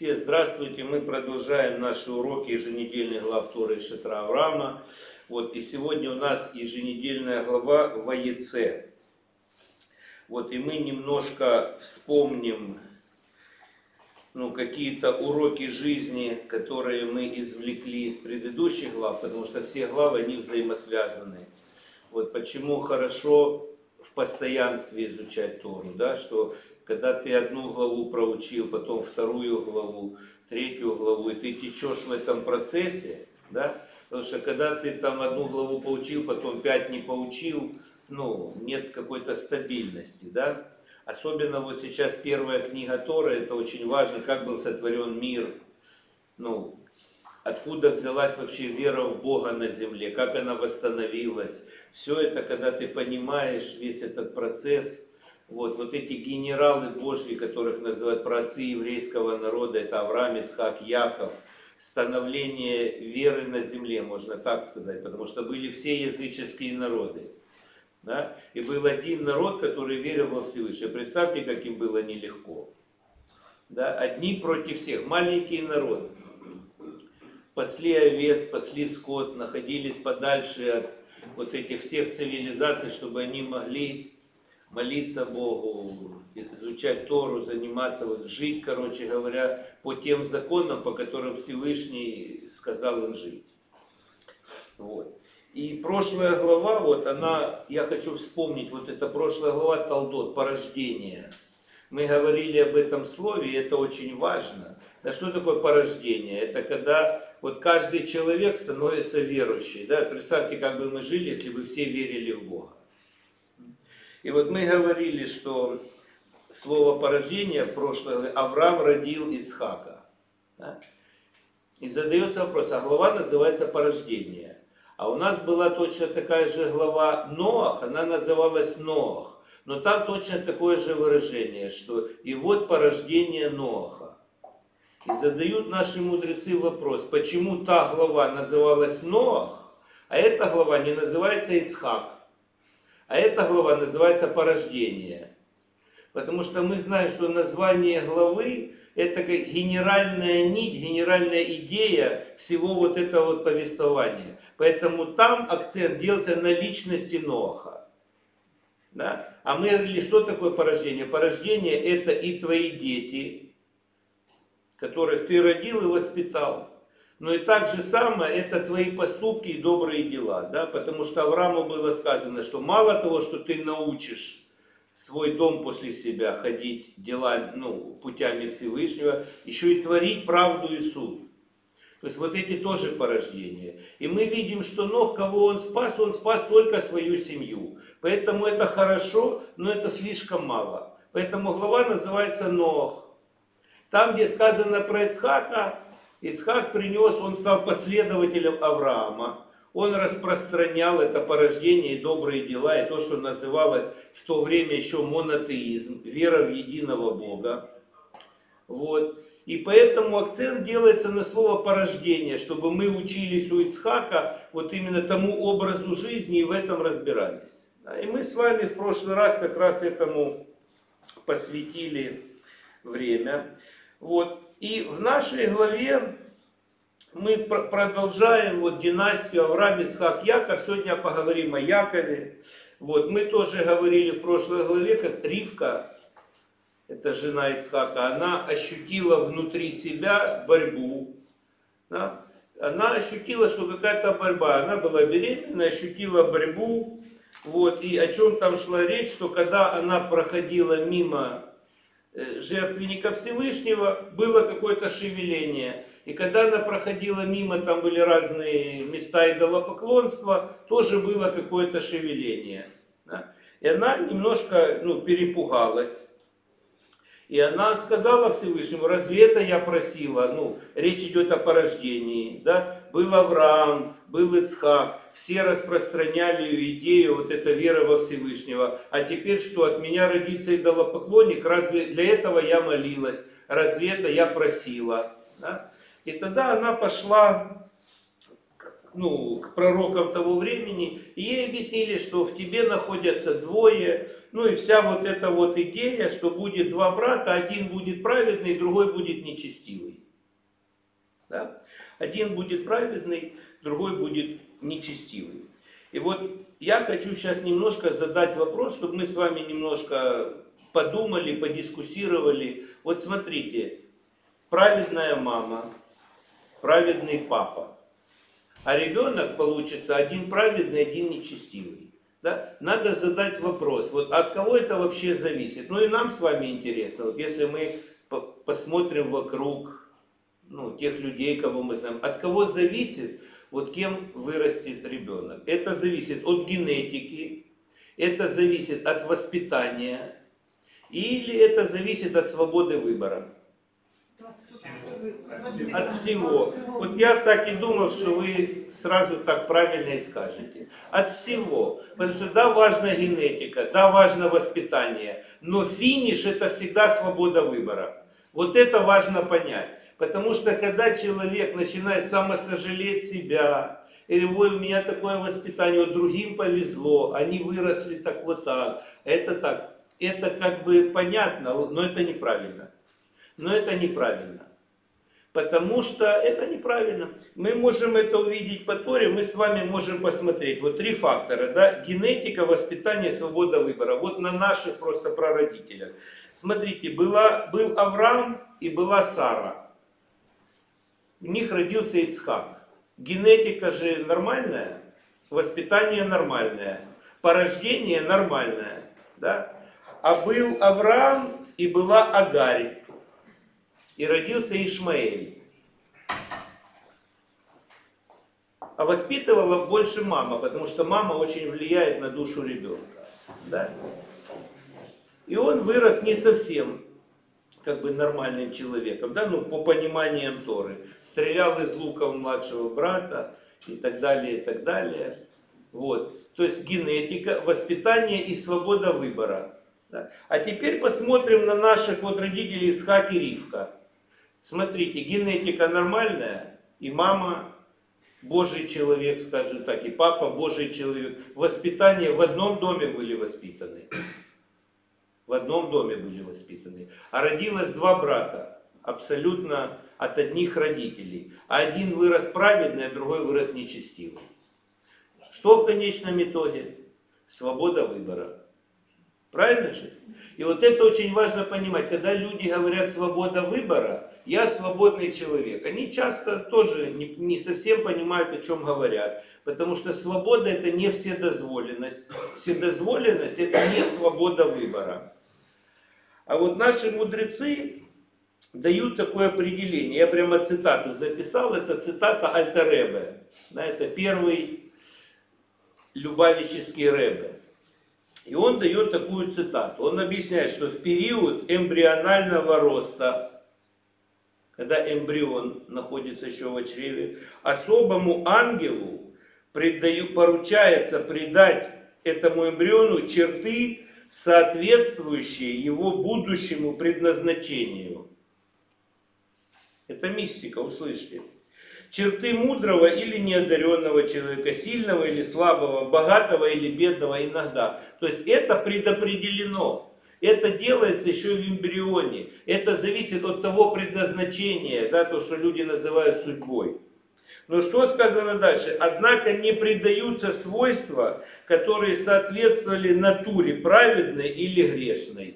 Все здравствуйте, мы продолжаем наши уроки еженедельных глав Торы и Шатра Авраама. И сегодня у нас еженедельная глава Ваеце. И мы немножко вспомним какие-то уроки жизни, которые мы извлекли из предыдущих глав, потому что все главы, они взаимосвязаны. Почему хорошо в постоянстве изучать Тору, что когда ты одну главу проучил, потом вторую главу, третью главу, и ты течешь в этом процессе, потому что когда ты там одну главу поучил, потом 5 не поучил, нет какой-то стабильности, Особенно сейчас первая книга Торы, это очень важно, как был сотворен мир, откуда взялась вообще вера в Бога на земле, как она восстановилась. Все это, когда ты понимаешь весь этот процесс, эти генералы Божьи, которых называют праотцы еврейского народа, это Авраам, Ицхак, Яков, становление веры на земле, можно так сказать, потому что были все языческие народы. И был один народ, который верил во Всевышнего. Представьте, как им было нелегко. Одни против всех, маленький народ. Пасли овец, пасли скот, находились подальше от этих всех цивилизаций, чтобы они могли молиться Богу, изучать Тору, заниматься, жить, по тем законам, по которым Всевышний сказал им жить. И прошлая глава, я хочу вспомнить, эта прошлая глава Толдот, порождение. Мы говорили об этом слове, и это очень важно. Что такое порождение? Это когда каждый человек становится верующим. Представьте, как бы мы жили, если бы все верили в Бога. И мы говорили, что слово порождение в прошлой главе, Авраам родил Ицхака. И задается вопрос, а глава называется порождение. А у нас была точно такая же глава Ноах, она называлась Ноах. Но там точно такое же выражение, что и порождение Ноаха. И задают наши мудрецы вопрос, почему та глава называлась Ноах, а эта глава не называется Ицхак. А эта глава называется порождение. Потому что мы знаем, что название главы это как генеральная нить, генеральная идея всего этого повествования. Поэтому там акцент делается на личности Ноаха. А мы говорили, что такое порождение? Порождение это и твои дети, которых ты родил и воспитал. Но и так же самое, это твои поступки и добрые дела. Потому что Аврааму было сказано, что мало того, что ты научишь свой дом после себя ходить путями Всевышнего, еще и творить правду и суд. То есть эти тоже порождения. И мы видим, что Нох, кого он спас только свою семью. Поэтому это хорошо, но это слишком мало. Поэтому глава называется Нох. Там, где сказано про Ицхака, Ицхак принес, он стал последователем Авраама. Он распространял это порождение и добрые дела, и то, что называлось в то время еще монотеизм, вера в единого Бога. И поэтому акцент делается на слово порождение, чтобы мы учились у Ицхака именно тому образу жизни и в этом разбирались. И мы с вами в прошлый раз как раз этому посвятили время. И в нашей главе мы продолжаем династию Авраам, Ицхак, Яков. Сегодня поговорим о Якове. Мы тоже говорили в прошлой главе, как Ривка, это жена Ицхака, она ощутила внутри себя борьбу. Она ощутила, что какая-то борьба. Она была беременна, ощутила борьбу. И о чем там шла речь, что когда она проходила мимо жертвенника Всевышнего, было какое-то шевеление. И когда она проходила мимо, там были разные места идолопоклонства, тоже было какое-то шевеление. И она немножко перепугалась. И она сказала Всевышнему, разве это я просила? Речь идет о порождении. Был Авраам, был Ицхак, все распространяли идею эта вера во Всевышнего. А теперь что, от меня родится идолопоклонник? Разве для этого я молилась? Разве это я просила? И тогда она пошла к пророкам того времени, и ей объяснили, что в тебе находятся двое, ну и вся вот эта вот идея, что будет два брата, один будет праведный, другой будет нечестивый. Да? Один будет праведный, другой будет нечестивый. И вот я хочу сейчас немножко задать вопрос, чтобы мы с вами немножко подумали, подискуссировали. Вот смотрите, праведная мама, праведный папа. А ребенок получится один праведный, один нечестивый. Да? Надо задать вопрос, вот от кого это вообще зависит. Ну и нам с вами интересно, вот если мы посмотрим вокруг тех людей, кого мы знаем, от кого зависит, вот кем вырастет ребенок. Это зависит от генетики, это зависит от воспитания, или это зависит от свободы выбора. От всего. Вот я так и думал, что вы сразу так правильно и скажете. От всего. Потому что да, важна генетика, да, важно воспитание, но финиш это всегда свобода выбора. Вот это важно понять. Потому что когда человек начинает самосожалеть себя, или ой, у меня такое воспитание, вот другим повезло, они выросли так вот так, это как бы понятно, но это неправильно. Но это неправильно. Потому что это неправильно. Мы можем это увидеть по Торе, мы с вами можем посмотреть. Вот три фактора, да? Генетика, воспитание, свобода выбора. Вот на наших просто прародителях. Смотрите, был Авраам и была Сара. У них родился Ицхак. Генетика же нормальная, воспитание нормальное, порождение нормальное. Да? А был Авраам и была Агарь. И родился Ишмаэль. А воспитывала больше мама, потому что мама очень влияет на душу ребенка. Да? И он вырос не совсем как бы нормальным человеком, да? По пониманиям Торы. Стрелял из лука у младшего брата и так далее, и так далее. Вот. То есть генетика, воспитание и свобода выбора. Да? А теперь посмотрим на наших вот родителей Ицхак и Ривка. Смотрите, генетика нормальная, и мама Божий человек, скажем так, и папа Божий человек. Воспитание в одном доме были воспитаны. В одном доме были воспитаны. А родилось два брата, абсолютно от одних родителей. А один вырос праведный, а другой вырос нечестивый. Что в конечном итоге? Свобода выбора. Правильно же? И вот это очень важно понимать. Когда люди говорят свобода выбора, я свободный человек. Они часто тоже не совсем понимают, о чем говорят. Потому что свобода это не вседозволенность. Вседозволенность это не свобода выбора. А вот наши мудрецы дают такое определение. Я прямо цитату записал. Это цитата Альтер Ребе. Это первый любавический Ребе. И он дает такую цитату. Он объясняет, что в период эмбрионального роста, когда эмбрион находится еще в чреве, особому ангелу поручается придать этому эмбриону черты, соответствующие его будущему предназначению. Это мистика, услышьте. Черты мудрого или неодаренного человека, сильного или слабого, богатого или бедного иногда. То есть это предопределено. Это делается еще в эмбрионе. Это зависит от того предназначения, да, то, что люди называют судьбой. Но что сказано дальше? Однако не придаются свойства, которые соответствовали натуре праведной или грешной.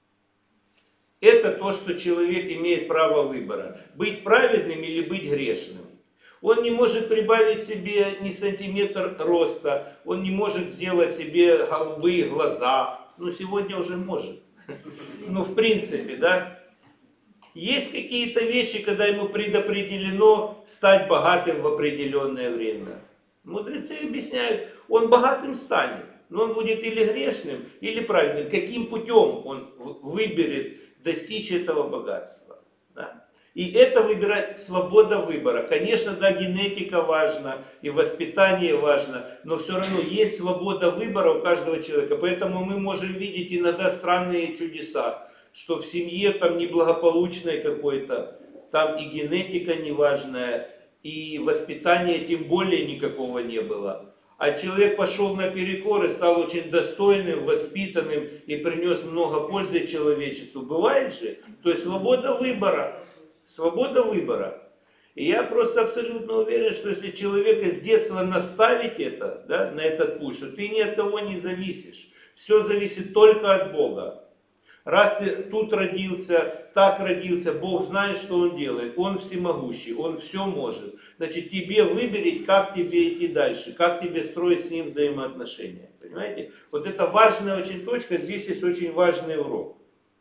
Это то, что человек имеет право выбора. Быть праведным или быть грешным. Он не может прибавить себе ни сантиметр роста, он не может сделать себе голубые глаза. Сегодня уже может. В принципе, да. Есть какие-то вещи, когда ему предопределено стать богатым в определенное время. Мудрецы объясняют, он богатым станет, но он будет или грешным, или праведным. Каким путем он выберет достичь этого богатства. Да? И это выбирать свобода выбора. Конечно, да, генетика важна, и воспитание важно, но все равно есть свобода выбора у каждого человека. Поэтому мы можем видеть иногда странные чудеса, что в семье там неблагополучной какой-то, там и генетика неважная, и воспитания тем более никакого не было. А человек пошел наперекор и стал очень достойным, воспитанным и принес много пользы человечеству. Бывает же? То есть свобода выбора. Свобода выбора. И я просто абсолютно уверен, что если человека с детства наставить это, да, на этот путь, что ты ни от кого не зависишь. Все зависит только от Бога. Раз ты тут родился, так родился, Бог знает, что Он делает. Он всемогущий, Он все может. Значит, тебе выберить, как тебе идти дальше, как тебе строить с Ним взаимоотношения. Понимаете? Вот это важная очень точка, здесь есть очень важный урок.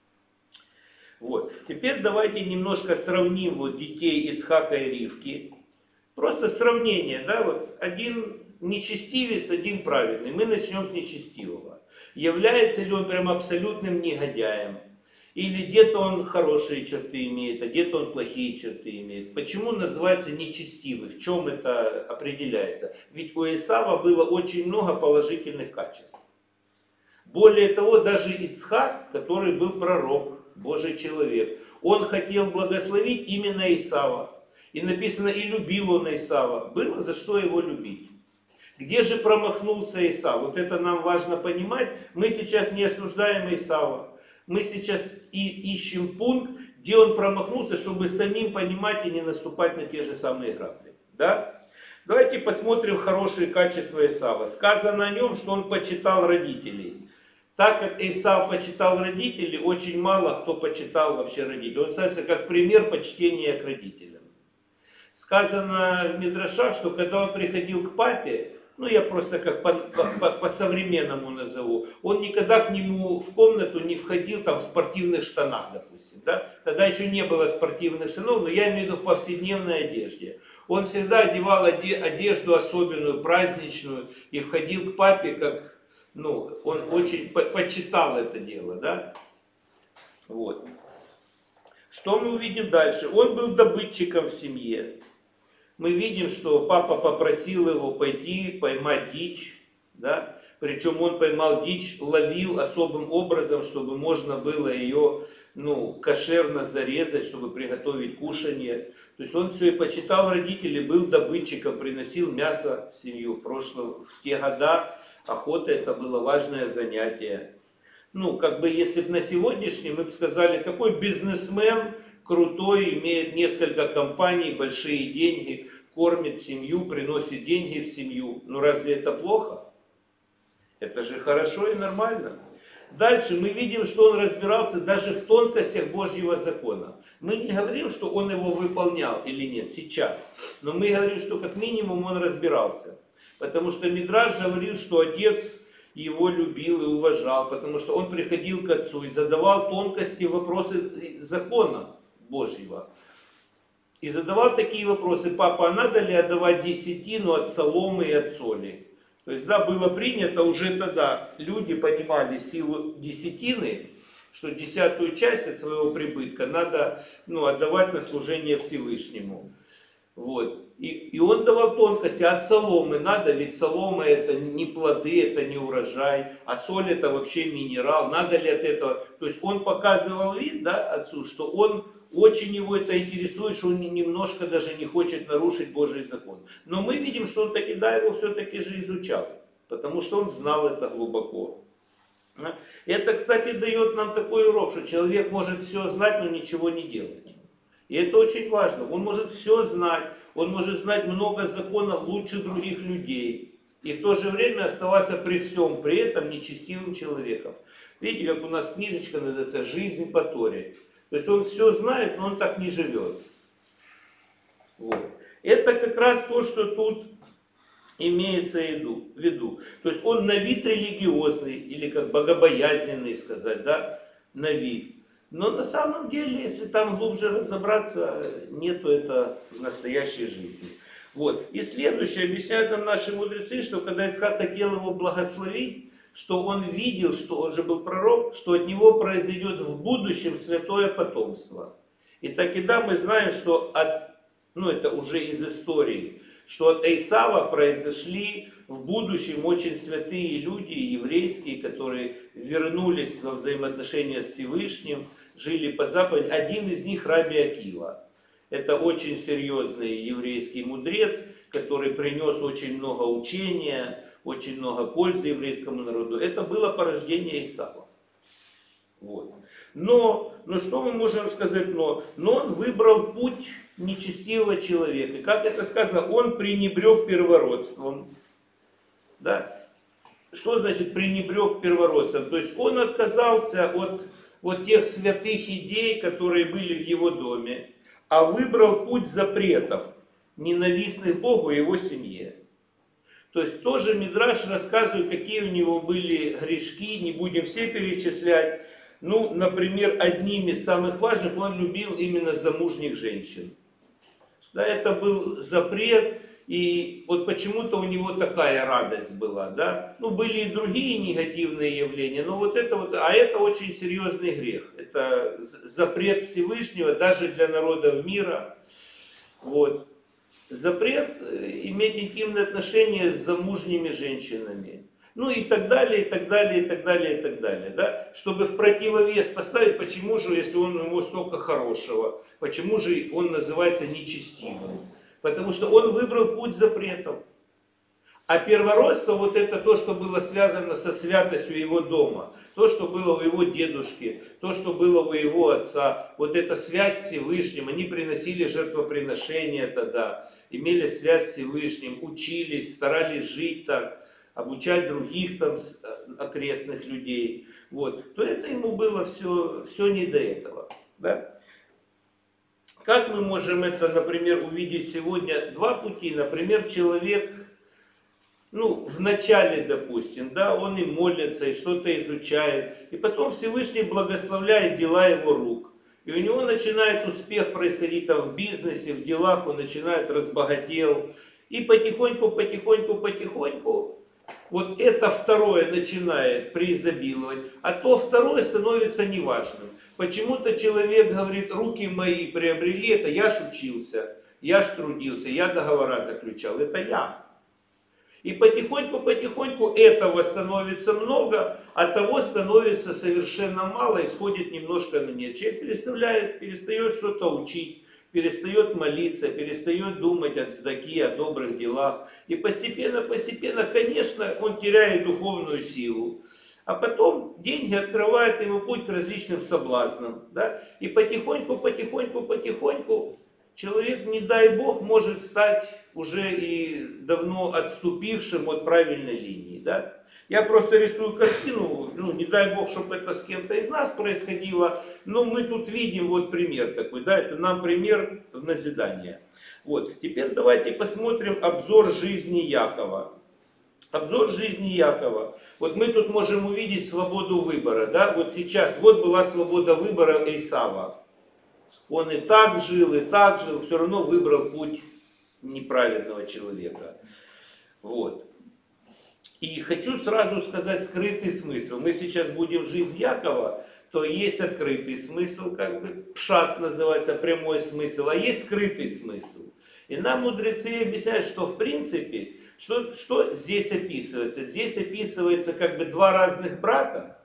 Вот. Теперь давайте немножко сравним вот детей Ицхака и Ривки. Просто сравнение, да, вот один нечестивец, один праведный. Мы начнем с нечестивого. Является ли он прям абсолютным негодяем? Или где-то он хорошие черты имеет, а где-то он плохие черты имеет? Почему называется нечестивый? В чем это определяется? Ведь у Исава было очень много положительных качеств. Более того, даже Ицхак, который был пророк, Божий человек, он хотел благословить именно Исава. И написано, и любил он Исава. Было за что его любить. Где же промахнулся Исав? Вот это нам важно понимать. Мы сейчас не осуждаем Исава. Мы сейчас ищем пункт, где он промахнулся, чтобы самим понимать и не наступать на те же самые грабли. Да? Давайте посмотрим хорошие качества Исава. Сказано о нем, что он почитал родителей. Так как Исав почитал родителей, очень мало кто почитал вообще родителей. Он ставится как пример почтения к родителям. Сказано в Мидрашах, что когда он приходил к папе, ну я просто как по-современному назову, он никогда к нему в комнату не входил там в спортивных штанах, допустим. Да? Тогда еще не было спортивных штанов, но я имею в виду в повседневной одежде. Он всегда одевал одежду особенную, праздничную, и входил к папе как... Ну, он очень почитал это дело, да? Вот. Что мы увидим дальше? Он был добытчиком в семье. Мы видим, что папа попросил его пойти поймать дичь, да? Причем он поймал дичь, ловил особым образом, чтобы можно было ее, ну, кошерно зарезать, чтобы приготовить кушанье. То есть он все и почитал родителей, был добытчиком, приносил мясо в семью. В те года охота это было важное занятие. Ну, как бы, если бы на сегодняшний, мы бы сказали, такой бизнесмен, крутой, имеет несколько компаний, большие деньги, кормит семью, приносит деньги в семью. Ну, разве это плохо? Это же хорошо и нормально. Дальше мы видим, что он разбирался даже в тонкостях Божьего закона. Мы не говорим, что он его выполнял или нет сейчас, но мы говорим, что как минимум он разбирался. Потому что Мидраш говорил, что отец его любил и уважал, потому что он приходил к отцу и задавал тонкости, вопросы закона Божьего. И задавал такие вопросы: папа, а надо ли отдавать десятину от соломы и от соли? То есть, да, было принято уже тогда, люди понимали силу десятины, что 10-ю часть от своего прибытка надо, ну, отдавать на служение Всевышнему. Вот. И он давал тонкости. От соломы надо, ведь солома это не плоды, это не урожай, а соль это вообще минерал. Надо ли от этого? То есть он показывал вид, да, отцу, что он очень его это интересует, что он немножко даже не хочет нарушить Божий закон. Но мы видим, что он таки, да, его все-таки же изучал, потому что он знал это глубоко. Это, кстати, дает нам такой урок, что человек может все знать, но ничего не делать. И это очень важно. Он может все знать, он может знать много законов лучше других людей. И в то же время оставаться при всем, при этом нечестивым человеком. Видите, как у нас книжечка называется «Жизнь по Торе». То есть он все знает, но он так не живет. Вот. Это как раз то, что тут имеется в виду. То есть он на вид религиозный, или как богобоязненный сказать, да, на вид. Но на самом деле, если там глубже разобраться, нету это в настоящей жизни. Вот. И следующее, объясняют нам наши мудрецы, что когда Исхак хотел его благословить, что он видел, что он же был пророк, что от него произойдет в будущем святое потомство. И так и да, мы знаем, что это уже из истории, что от Исава произошли в будущем очень святые люди, еврейские, которые вернулись во взаимоотношения с Всевышним, жили по заповеди. Один из них Раби Акива. Это очень серьезный еврейский мудрец, который принес очень много учения, очень много пользы еврейскому народу. Это было порождение Исава. Вот. Но что мы можем сказать но? Но он выбрал путь нечестивого человека. И как это сказано, он пренебрег первородством. Да? Что значит пренебрег первородством? То есть он отказался от тех святых идей, которые были в его доме, а выбрал путь запретов, ненавистных Богу и его семье. То есть тоже Мидраш рассказывает, какие у него были грешки, не будем все перечислять. Ну, например, одним из самых важных, он любил именно замужних женщин. Да, это был запрет, и вот почему-то у него такая радость была. Да? Ну, были и другие негативные явления, но вот это очень серьезный грех. Это запрет Всевышнего даже для народов мира. Вот. Запрет иметь интимные отношения с замужними женщинами. Ну и так далее, и так далее, и так далее, и так далее. Да? Чтобы в противовес поставить, почему же, если он у него столько хорошего, почему же он называется нечестивым? Потому что он выбрал путь запретов. А первородство, вот это то, что было связано со святостью его дома, то, что было у его дедушки, то, что было у его отца, вот эта связь с Всевышним, они приносили жертвоприношения тогда, имели связь с Всевышним, учились, старались жить так, обучать других там окрестных людей, вот, то это ему было все не до этого. Да? Как мы можем это, например, увидеть сегодня? Два пути. Например, человек, ну, в начале, допустим, да, он и молится, и что-то изучает, и потом Всевышний благословляет дела его рук. И у него начинает успех происходить там в бизнесе, в делах, он начинает разбогател. И потихоньку, вот это второе начинает преизобиловать, а то второе становится неважным. Почему-то человек говорит, руки мои приобрели, это я ж учился, я ж трудился, я договора заключал, это я. И потихоньку этого становится много, а того становится совершенно мало и сходит немножко на нет. Человек перестает что-то учить, перестает молиться, перестает думать о цдаки, о добрых делах. И постепенно, конечно, он теряет духовную силу. А потом деньги открывают ему путь к различным соблазнам. Да? И потихоньку человек, не дай Бог, может стать уже и давно отступившим от правильной линии. Да? Я просто рисую картину, ну, не дай Бог, чтобы это с кем-то из нас происходило, но мы тут видим вот пример такой, да, это нам пример в назидание. Вот, теперь давайте посмотрим обзор жизни Якова. Обзор жизни Якова. Вот мы тут можем увидеть свободу выбора, да, вот сейчас, вот была свобода выбора Исава. Он и так жил, все равно выбрал путь неправедного человека. Вот. И хочу сразу сказать скрытый смысл. Мы сейчас будем жизнь Якова, то есть открытый смысл, как бы пшат называется, прямой смысл, а есть скрытый смысл. И нам мудрецы объясняют, что в принципе, что здесь описывается? Здесь описывается как бы два разных брата.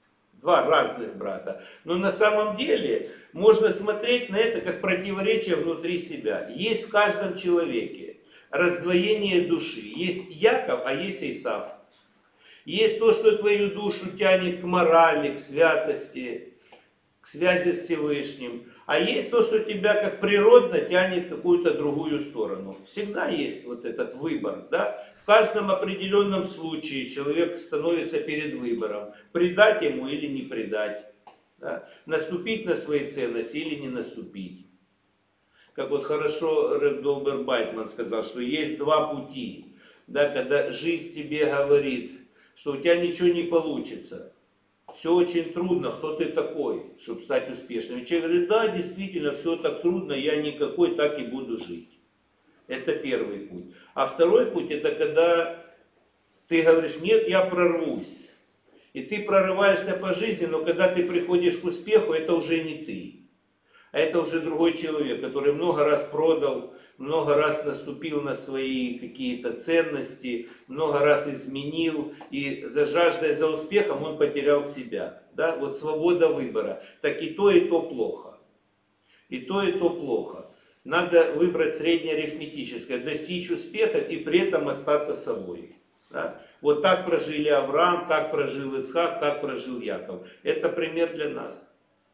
Но на самом деле можно смотреть на это как противоречие внутри себя. Есть в каждом человеке раздвоение души. Есть Яков, а есть Исав. Есть то, что твою душу тянет к морали, к святости, к связи с Всевышним. А есть то, что тебя как природно тянет в какую-то другую сторону. Всегда есть вот этот выбор. Да? В каждом определенном случае человек становится перед выбором. Предать ему или не предать. Да? Наступить на свои ценности или не наступить. Как вот хорошо Реб Долбер Байтман сказал, что есть два пути. Да, когда жизнь тебе говорит, что у тебя ничего не получится. Все очень трудно, кто ты такой, чтобы стать успешным. И человек говорит, да, действительно, все так трудно, я никакой, так и буду жить. Это первый путь. А второй путь, это когда ты говоришь, нет, я прорвусь. И ты прорываешься по жизни, но когда ты приходишь к успеху, это уже не ты. А это уже другой человек, который много раз продал, много раз наступил на свои какие-то ценности, много раз изменил, и за жаждой, за успехом он потерял себя. Да? Вот свобода выбора. Так и то плохо. И то плохо. Надо выбрать среднеарифметическое, достичь успеха и при этом остаться собой. Да? Вот так прожили Авраам, так прожил Ицхак, так прожил Яков. Это пример для нас.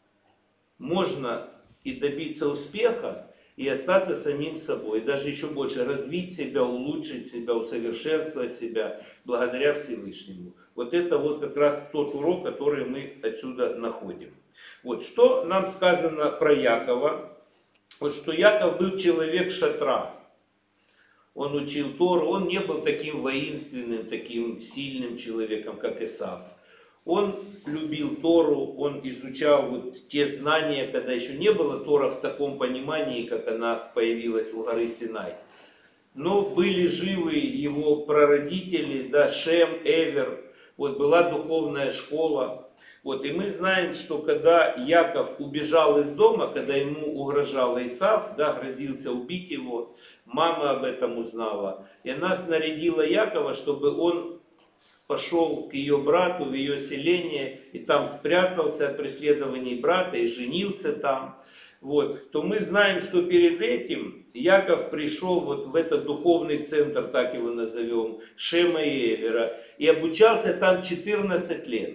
Можно и добиться успеха, и остаться самим собой, даже еще больше развить себя, улучшить себя, усовершенствовать себя благодаря Всевышнему. Вот это вот как раз тот урок, который мы отсюда находим. Вот что нам сказано про Якова. Вот что Яков был человек шатра. Он учил Тору, он не был таким воинственным, таким сильным человеком, как Исав. Он любил Тору, он изучал вот те знания, когда еще не было Тора в таком понимании, как она появилась у горы Синай. Но были живы его прародители, да, Шем, Эвер, вот была духовная школа. Вот, и мы знаем, что когда Яков убежал из дома, когда ему угрожал Исав, да, грозился убить его, мама об этом узнала. И она снарядила Якова, чтобы он пошел к ее брату в ее селение и там спрятался от преследований брата и женился там. Вот, то мы знаем, что перед этим Яков пришел вот в этот духовный центр, так его назовем, Шема и Эвера, и обучался там 14 лет.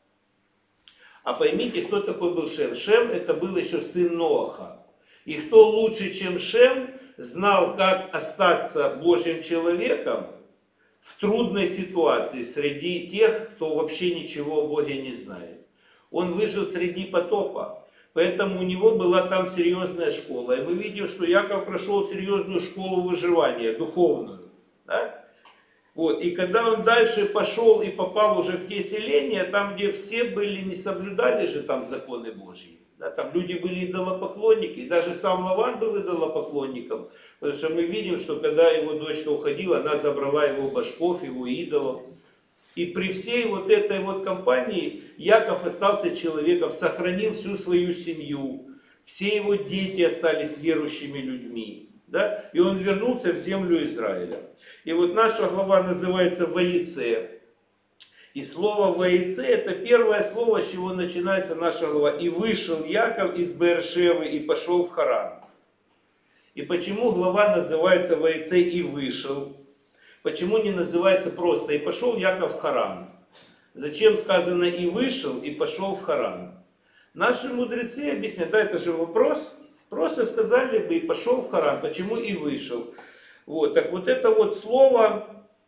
А поймите, кто такой был Шем? Шем это был еще сын Ноаха. И кто лучше, чем Шем, знал, как остаться Божьим человеком в трудной ситуации среди тех, кто вообще ничего о Боге не знает. Он выжил среди потопа, поэтому у него была там серьезная школа. И мы видим, что Яков прошел серьезную школу выживания, духовную. Да? Вот. И когда он дальше пошел и попал уже в те селения, там, где все были, не соблюдали же там законы Божьи. Да, там люди были идолопоклонники, и даже сам Лаван был идолопоклонником, потому что мы видим, что когда его дочка уходила, она забрала его башков, его идолов. И при всей вот этой вот компании Яков остался человеком, сохранил всю свою семью, все его дети остались верующими людьми, да, и он вернулся в землю Израиля. И вот наша глава называется «Ваице». И слово «Ваице» это первое слово, с чего начинается наша глава. «И вышел Яков из Бершевы и пошел в Харан». И почему глава называется «Ваице» и «вышел»? Почему не называется просто «и пошел Яков в Харан»? Зачем сказано «и вышел» и «пошел в Харан»? Наши мудрецы объясняют, да, это же вопрос. Просто сказали бы «и пошел в Харан». Почему «и вышел»? Вот, так вот это вот слово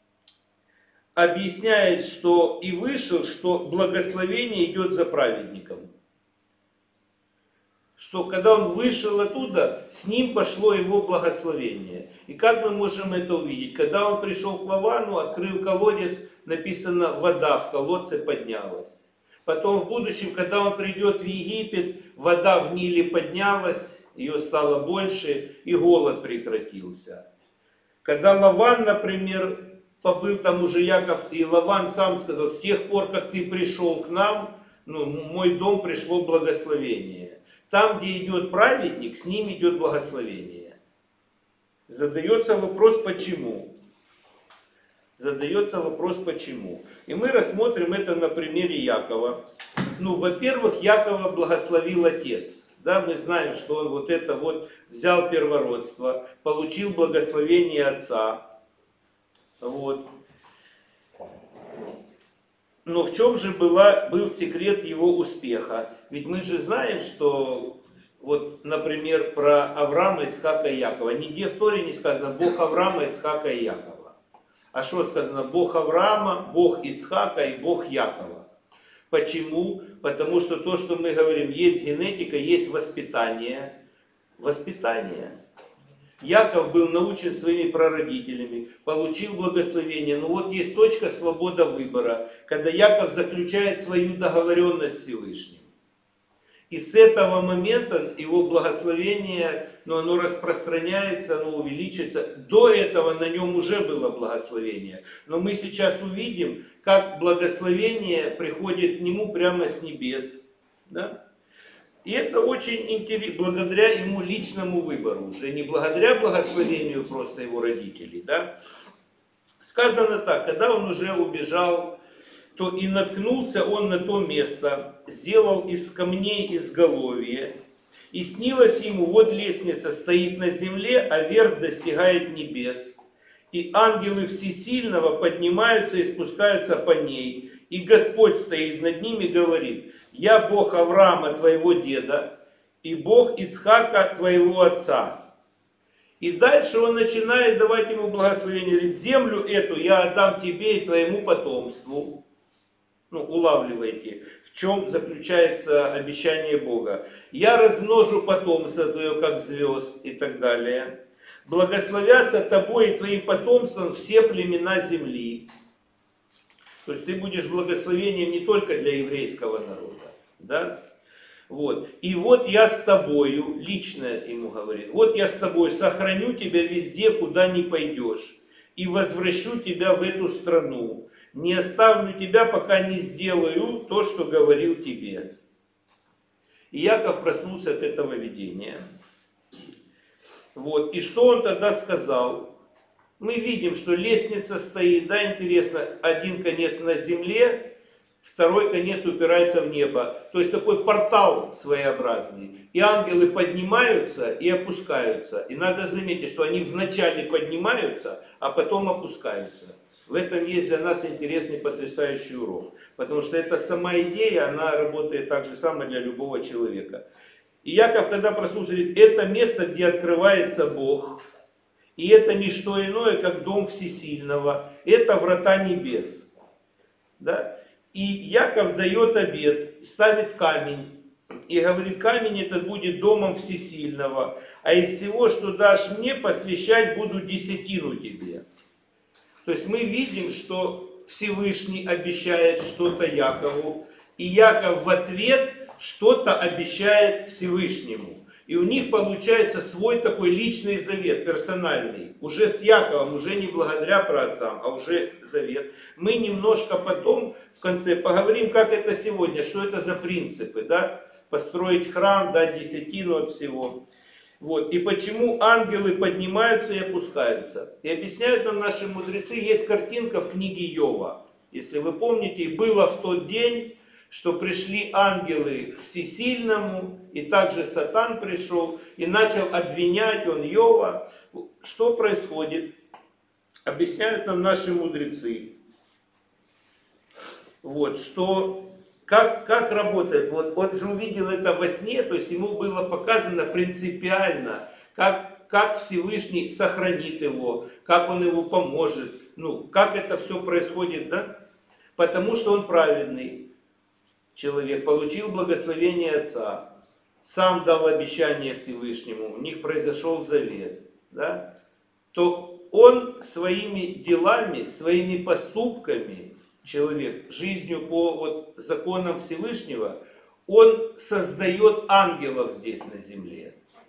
объясняет, что и вышел, что благословение идет за праведником. Что когда он вышел оттуда, с ним пошло его благословение. И как мы можем это увидеть? Когда он пришел к Лавану, открыл колодец, написано «вода в колодце поднялась». Потом в будущем, когда он придет в Египет, вода в Ниле поднялась, ее стало больше, и голод прекратился. Когда Лаван, например, побыл там уже Яков, и Лаван сам сказал: с тех пор, как ты пришел к нам, в мой дом пришло благословение. Там, где идет праведник, с ним идет благословение. Задается вопрос, почему? Задается вопрос, почему? И мы рассмотрим это на примере Якова. Во-первых, Якова благословил отец. Да, мы знаем, что он вот это вот взял первородство, получил благословение отца. Вот. Но в чем же был секрет его успеха? Ведь мы же знаем, что, вот, например, про Авраама, Ицхака и Якова. Нигде в Торе не сказано Бог Авраама, Ицхака и Якова. А что сказано? Бог Авраама, Бог Ицхака и Бог Якова. Почему? Потому что то, что мы говорим, есть генетика, есть воспитание. Воспитание. Яков был научен своими прародителями, получил благословение. Но вот есть точка свобода выбора, когда Яков заключает свою договоренность с Всевышним. И с этого момента его благословение, оно распространяется, оно увеличивается. До этого на нем уже было благословение. Но мы сейчас увидим, как благословение приходит к нему прямо с небес. Да? И это очень интересно, благодаря ему личному выбору, уже не благодаря благословению просто его родителей. Да? Сказано так, когда он уже убежал, то и наткнулся он на то место, сделал из камней изголовье И снилось ему, вот лестница стоит на земле, а верх достигает небес. И ангелы Всесильного поднимаются и спускаются по ней. И Господь стоит над ними и говорит: я Бог Авраама, твоего деда, и Бог Ицхака, твоего отца. И дальше он начинает давать ему благословение. Говорит: землю эту я отдам тебе и твоему потомству. Ну, улавливайте, в чем заключается обещание Бога. Я размножу потомство твое, как звезд, и так далее. Благословятся тобой и твоим потомством все племена земли. То есть ты будешь благословением не только для еврейского народа. Да? Вот. И вот я с тобою, лично ему говорит, вот я с тобой сохраню тебя везде, куда ни пойдешь, и возвращу тебя в эту страну. Не оставлю тебя, пока не сделаю то, что говорил тебе. И Яков проснулся от этого видения. Вот. И что он тогда сказал? Мы видим, что лестница стоит, да, интересно, один конец на земле, второй конец упирается в небо. То есть такой портал своеобразный. И ангелы поднимаются и опускаются. И надо заметить, что они вначале поднимаются, а потом опускаются. В этом есть для нас интересный, потрясающий урок. Потому что эта сама идея, она работает так же само для любого человека. И Яков, когда проснулся, говорит: это место, где открывается Бог. И это не что иное, как дом Всесильного. Это врата небес. Да? И Яков дает обет, ставит камень. И говорит: камень этот будет домом Всесильного. А из всего, что дашь мне, посвящать буду десятину тебе. То есть мы видим, что Всевышний обещает что-то Якову, и Яков в ответ что-то обещает Всевышнему. И у них получается свой такой личный завет, персональный. Уже с Яковом, уже не благодаря праотцам, а уже завет. Мы немножко потом в конце поговорим, как это сегодня, что это за принципы, да? Построить храм, дать десятину от всего. Вот. И почему ангелы поднимаются и опускаются. И объясняют нам наши мудрецы, есть картинка в книге Иова. Если вы помните, и было в тот день, что пришли ангелы к Всесильному, и также Сатан пришел, и начал обвинять он Иова. Что происходит? Объясняют нам наши мудрецы. Вот, что... Как работает? Вот он же увидел это во сне, то есть ему было показано принципиально, как Всевышний сохранит его, как он ему поможет, ну, как это все происходит, да? Потому что он праведный человек, получил благословение Отца, сам дал обещание Всевышнему, у них произошел завет, да? То он своими делами, своими поступками, человек, жизнью по вот законам Всевышнего, он создает ангелов здесь на земле.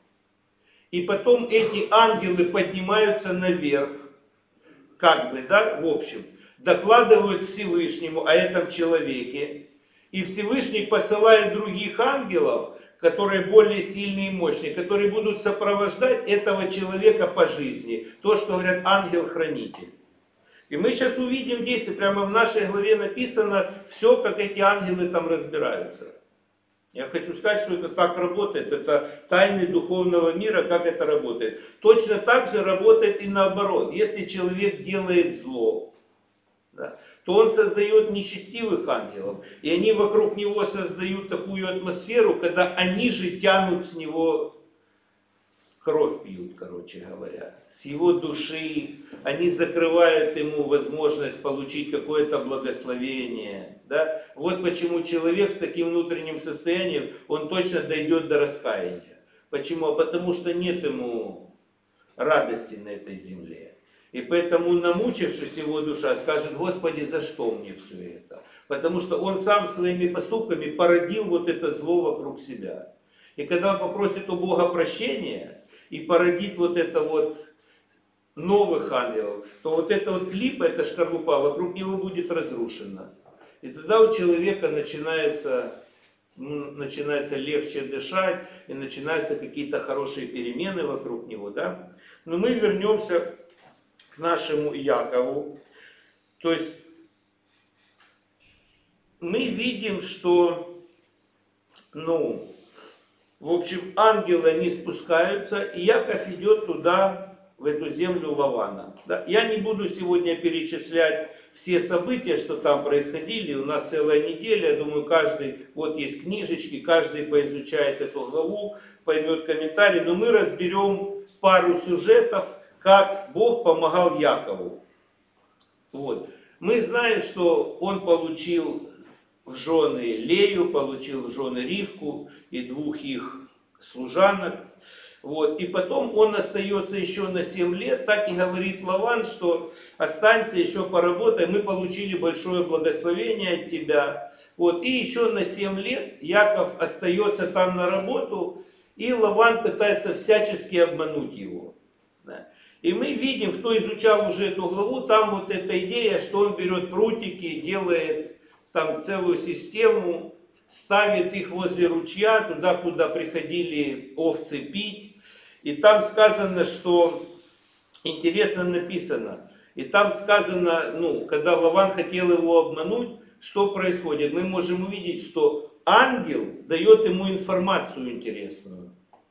И потом эти ангелы поднимаются наверх, как бы, да, в общем, докладывают Всевышнему о этом человеке. И Всевышний посылает других ангелов, которые более сильные и мощные, которые будут сопровождать этого человека по жизни. То, что говорят ангел-хранитель. И мы сейчас увидим действие, прямо в нашей главе написано все, как эти ангелы там разбираются. Я хочу сказать, что это так работает, это тайны духовного мира, как это работает. Точно так же работает и наоборот. Если человек делает зло, да, то он создает нечестивых ангелов, и они вокруг него создают такую атмосферу, когда они же тянут с него... Кровь пьют, короче говоря, с его души, они закрывают ему возможность получить какое-то благословение. Да? Вот почему человек с таким внутренним состоянием, он точно дойдет до раскаяния. Почему? Потому что нет ему радости на этой земле. И поэтому, намучившись, его душа скажет: Господи, за что мне все это? Потому что он сам своими поступками породил вот это зло вокруг себя. И когда он попросит у Бога прощения, и породить вот это вот новых ангелов, то вот эта вот клипа, эта шкарлупа вокруг него будет разрушена. И тогда у человека начинается легче дышать, и начинаются какие-то хорошие перемены вокруг него. Да? Но мы вернемся к нашему Якову. То есть мы видим, что, В общем, ангелы, они спускаются, и Яков идет туда, в эту землю Лавана. Да? Я не буду сегодня перечислять все события, что там происходили. У нас целая неделя, я думаю, каждый, вот есть книжечки, каждый поизучает эту главу, поймет комментарий. Но мы разберем пару сюжетов, как Бог помогал Якову. Вот. Мы знаем, что он получил в жены Лею, получил в жены Ривку и двух их служанок. Вот. И потом он остается еще на 7 лет, так и говорит Лаван, что останься еще поработай, мы получили большое благословение от тебя. Вот. И еще на 7 лет Яков остается там на работу, и Лаван пытается всячески обмануть его. Да. И мы видим, кто изучал уже эту главу, там вот эта идея, что он берет прутики, делает там целую систему, ставит их возле ручья, туда, куда приходили овцы пить. И там сказано, что, интересно написано, и там сказано, ну, когда Лаван хотел его обмануть, что происходит? Мы можем увидеть, что ангел дает ему информацию интересную.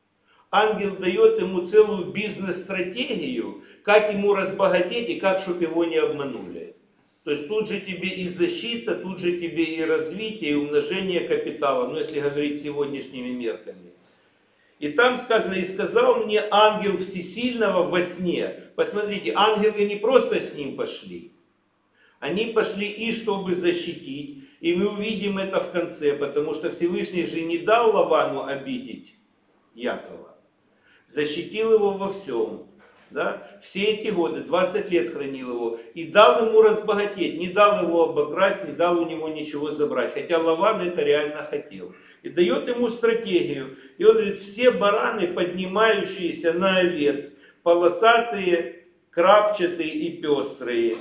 Ангел дает ему целую бизнес-стратегию, как ему разбогатеть и как, чтобы его не обманули. То есть тут же тебе и защита, тут же тебе и развитие, и умножение капитала, ну если говорить сегодняшними мерками. И там сказано, и сказал мне ангел Всесильного во сне. Посмотрите, ангелы не просто с ним пошли. Они пошли и чтобы защитить. И мы увидим это в конце, потому что Всевышний же не дал Лавану обидеть Якова. Защитил его во всем. Да? Все эти годы, 20 лет хранил его. И дал ему разбогатеть, не дал его обокрасть, не дал у него ничего забрать. Хотя Лаван это реально хотел. И дает ему стратегию. И он говорит, все бараны, поднимающиеся на овец, полосатые, крапчатые и пестрые.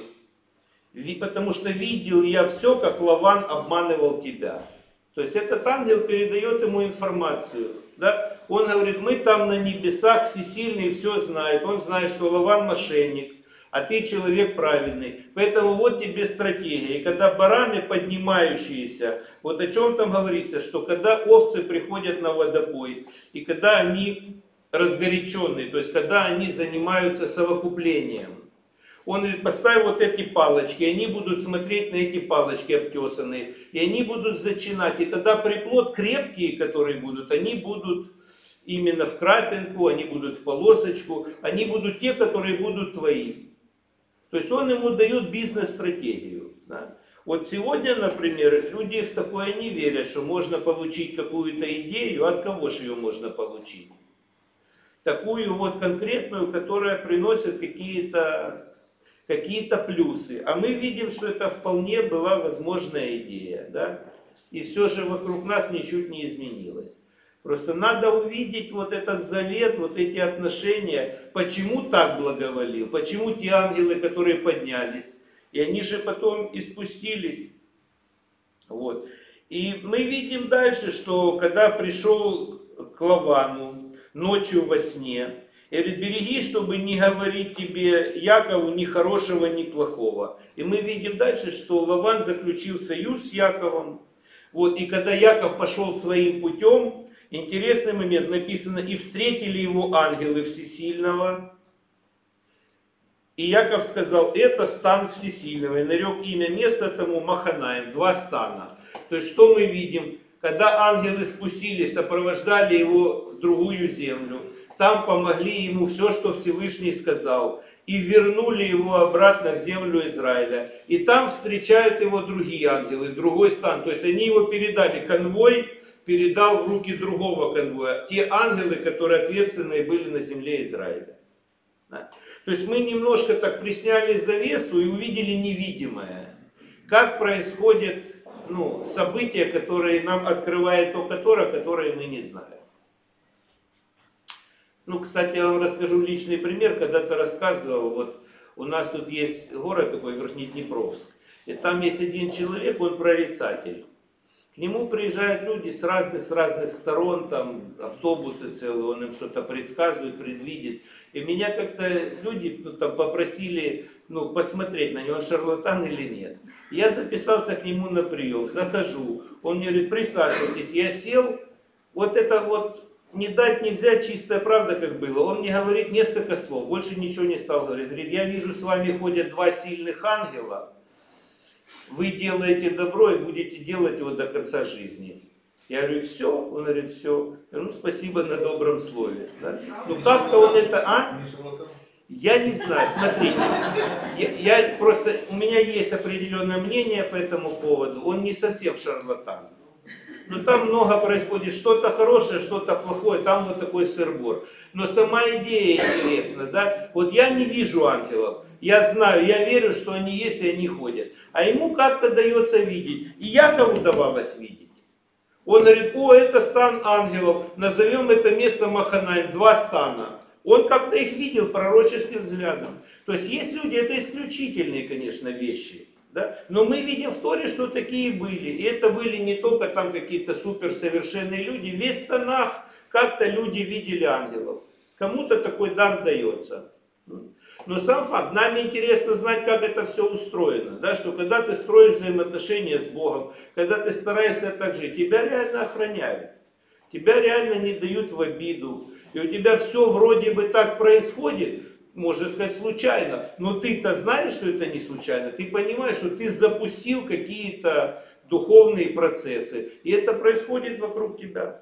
Потому что видел я все, как Лаван обманывал тебя. То есть этот ангел передает ему информацию. Да? Он говорит, мы там на небесах, всесильный все знает. Он знает, что Лаван мошенник, а ты человек праведный. Поэтому вот тебе стратегия. И когда бараны поднимающиеся, вот о чем там говорится, что когда овцы приходят на водопой, и когда они разгоряченные, то есть когда они занимаются совокуплением, он говорит, поставь вот эти палочки, они будут смотреть на эти палочки обтесанные, и они будут зачинать. И тогда приплод крепкие, которые будут, они будут именно в крапинку, они будут в полосочку, они будут те, которые будут твои. То есть он ему дает бизнес-стратегию. Да? Вот сегодня, например, люди в такое не верят, что можно получить какую-то идею, от кого же ее можно получить? Такую вот конкретную, которая приносит какие-то плюсы. А мы видим, что это вполне была возможная идея. Да? И все же вокруг нас ничуть не изменилось. Просто надо увидеть вот этот завет, вот эти отношения. Почему так благоволил? Почему те ангелы, которые поднялись? И они же потом и спустились. Вот. И мы видим дальше, что когда пришел к Лавану ночью во сне, и говорит, береги, чтобы не говорить тебе Якову ни хорошего, ни плохого. И мы видим дальше, что Лаван заключил союз с Яковом. Вот, и когда Яков пошел своим путем, интересный момент, написано, и встретили его ангелы Всесильного. И Яков сказал, это стан Всесильного. И нарек имя места тому Маханаим, 2 стана. То есть, что мы видим? Когда ангелы спустились, сопровождали его в другую землю, там помогли ему все, что Всевышний сказал, и вернули его обратно в землю Израиля. И там встречают его другие ангелы, другой стан. То есть они его передали, конвой передал в руки другого конвоя. Те ангелы, которые ответственные были на земле Израиля. Да? То есть мы немножко так присняли завесу и увидели невидимое. Как происходят события, которые нам открывает только Тора, которые мы не знаем. Кстати, я вам расскажу личный пример. Когда-то рассказывал, вот у нас тут есть город такой, Верхнеднепровск. И там есть один человек, он прорицатель. К нему приезжают люди с разных сторон, там автобусы целые, он им что-то предсказывает, предвидит. И меня как-то люди попросили посмотреть на него, он шарлатан или нет. Я записался к нему на прием, захожу, он мне говорит, присаживайтесь, я сел, вот это вот не дать, не взять, чистая правда, как было. Он мне говорит несколько слов, больше ничего не стал говорить. Говорит, я вижу, с вами ходят два сильных ангела. Вы делаете добро и будете делать его до конца жизни. Я говорю, все? Он говорит, все. Я говорю, ну, спасибо на добром слове. Да? Ну, как-то он это, Я не знаю, смотрите. Я просто, у меня есть определенное мнение по этому поводу. Он не совсем шарлатан. Но там много происходит, что-то хорошее, что-то плохое, там вот такой сыр-бор. Но сама идея интересна, да? Вот я не вижу ангелов, я знаю, я верю, что они есть и они ходят. А ему как-то дается видеть. И Якову давалось видеть. Он говорит, о, это стан ангелов, назовем это место Маханаим, 2 стана. Он как-то их видел пророческим взглядом. То есть люди, это исключительные, конечно, вещи. Да? Но мы видим в Торе, что такие были. И это были не только там какие-то суперсовершенные люди. Весь Танах как-то люди видели ангелов. Кому-то такой дар дается. Но сам факт, нам интересно знать, как это все устроено. Да? Что когда ты строишь взаимоотношения с Богом, когда ты стараешься так жить, тебя реально охраняют. Тебя реально не дают в обиду. И у тебя все вроде бы так происходит, можно сказать, случайно. Но ты-то знаешь, что это не случайно. Ты понимаешь, что ты запустил какие-то духовные процессы. И это происходит вокруг тебя.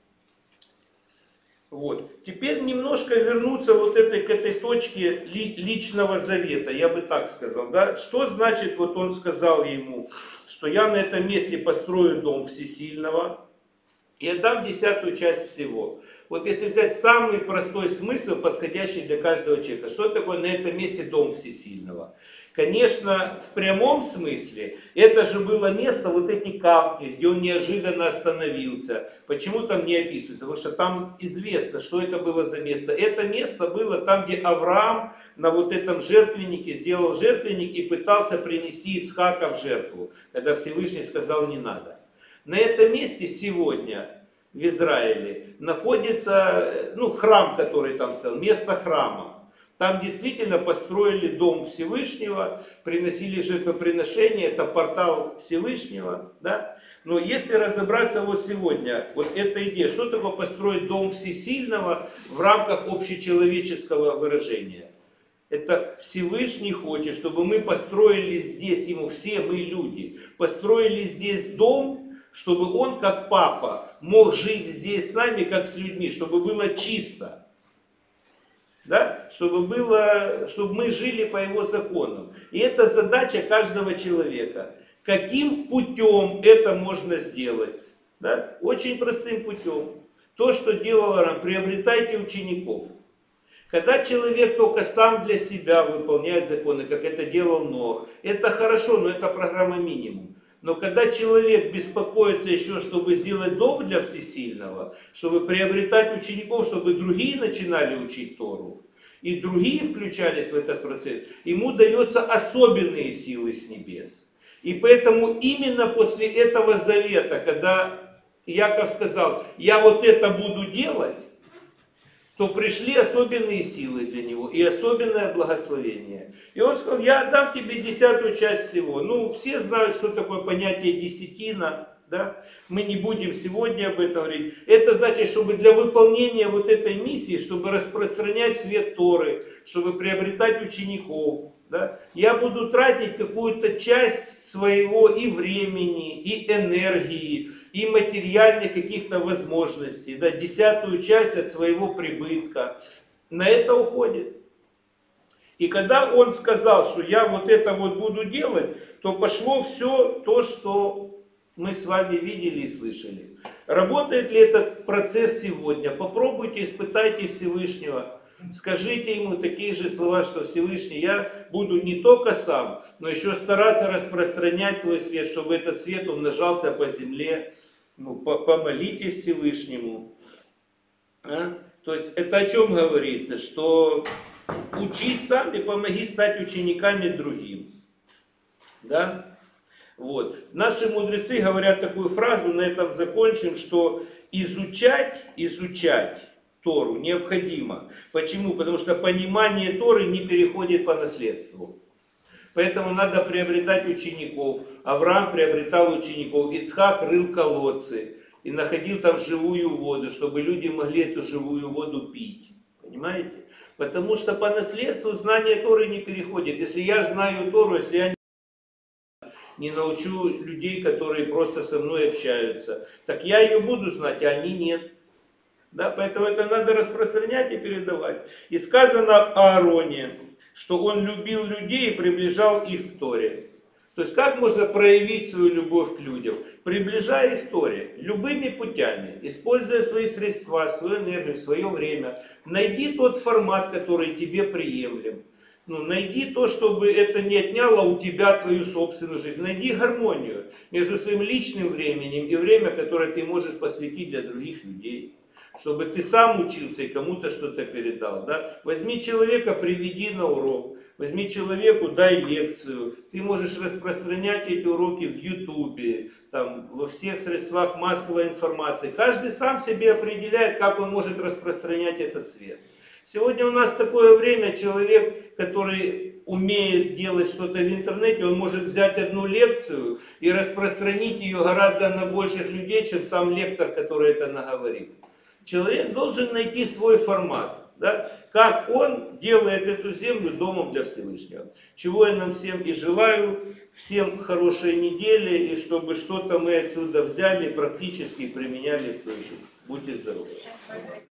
Вот. Теперь немножко вернуться вот к этой точке личного завета, я бы так сказал. Да? Что значит, вот он сказал ему, что я на этом месте построю дом всесильного и отдам 10-ю часть всего. Вот если взять самый простой смысл, подходящий для каждого человека, что такое на этом месте дом всесильного? Конечно, в прямом смысле, это же было место, вот эти камни, где он неожиданно остановился. Почему там не описывается? Потому что там известно, что это было за место. Это место было там, где Авраам на вот этом жертвеннике сделал жертвенник и пытался принести Ицхака в жертву, когда Всевышний сказал не надо. На этом месте сегодня в Израиле находится храм, который там стоял, место храма. Там действительно построили дом Всевышнего, приносили жертвоприношения, это портал Всевышнего. Да? Но если разобраться вот сегодня, вот эта идея, что такое построить дом Всесильного в рамках общечеловеческого выражения? Это Всевышний хочет, чтобы мы построили здесь, ему все мы люди, построили здесь дом, чтобы он, как папа, мог жить здесь с нами, как с людьми, чтобы было чисто. Да? Чтобы мы жили по его законам. И это задача каждого человека. Каким путем это можно сделать? Да? Очень простым путем. То, что делал Авраам, приобретайте учеников. Когда человек только сам для себя выполняет законы, как это делал Нох, это хорошо, но это программа минимум. Но когда человек беспокоится еще, чтобы сделать дом для Всесильного, чтобы приобретать учеников, чтобы другие начинали учить Тору, и другие включались в этот процесс, ему даются особенные силы с небес. И поэтому именно после этого завета, когда Яков сказал, я вот это буду делать, то пришли особенные силы для него и особенное благословение. И он сказал, я отдам тебе 10-ю часть всего. Все знают, что такое понятие десятина. Да? Мы не будем сегодня об этом говорить. Это значит, чтобы для выполнения вот этой миссии, чтобы распространять свет Торы, чтобы приобретать учеников, да, я буду тратить какую-то часть своего и времени, и энергии, и материальных каких-то возможностей, да, 10-ю часть от своего прибытка. На это уходит. И когда он сказал, что я вот это вот буду делать, то пошло все то, что мы с вами видели и слышали. Работает ли этот процесс сегодня? Попробуйте, испытайте Всевышнего. Скажите ему такие же слова, что Всевышний, я буду не только сам, но еще стараться распространять твой свет, чтобы этот свет умножался по земле. Помолитесь Всевышнему. То есть это о чем говорится? Что учись сам и помоги стать учениками другим. Да? Вот. Наши мудрецы говорят такую фразу, на этом закончим, что изучать Тору необходимо. Почему? Потому что понимание Торы не переходит по наследству. Поэтому надо приобретать учеников. Авраам приобретал учеников. Ицхак рыл колодцы. и находил там живую воду, чтобы люди могли эту живую воду пить. Понимаете? Потому что по наследству знание Торы не переходит. Если я знаю Тору, если я не научу людей, которые просто со мной общаются, так я ее буду знать, а они нет. Да, поэтому это надо распространять и передавать. И сказано об Аароне, что он любил людей и приближал их к Торе. То есть как можно проявить свою любовь к людям? Приближая их к Торе любыми путями, используя свои средства, свою энергию, свое время. Найди тот формат, который тебе приемлем. Найди то, чтобы это не отняло у тебя твою собственную жизнь. Найди гармонию между своим личным временем и время, которое ты можешь посвятить для других людей. Чтобы ты сам учился и кому-то что-то передал. Да? Возьми человека, приведи на урок. Возьми человеку, дай лекцию. Ты можешь распространять эти уроки в Ютубе, во всех средствах массовой информации. Каждый сам себе определяет, как он может распространять этот свет. Сегодня у нас такое время, человек, который умеет делать что-то в интернете, он может взять одну лекцию и распространить ее гораздо на больших людей, чем сам лектор, который это наговорил. Человек должен найти свой формат, да? Как он делает эту землю домом для Всевышнего. Чего я нам всем и желаю, всем хорошей недели, и чтобы что-то мы отсюда взяли, практически применяли в свою жизнь. Будьте здоровы!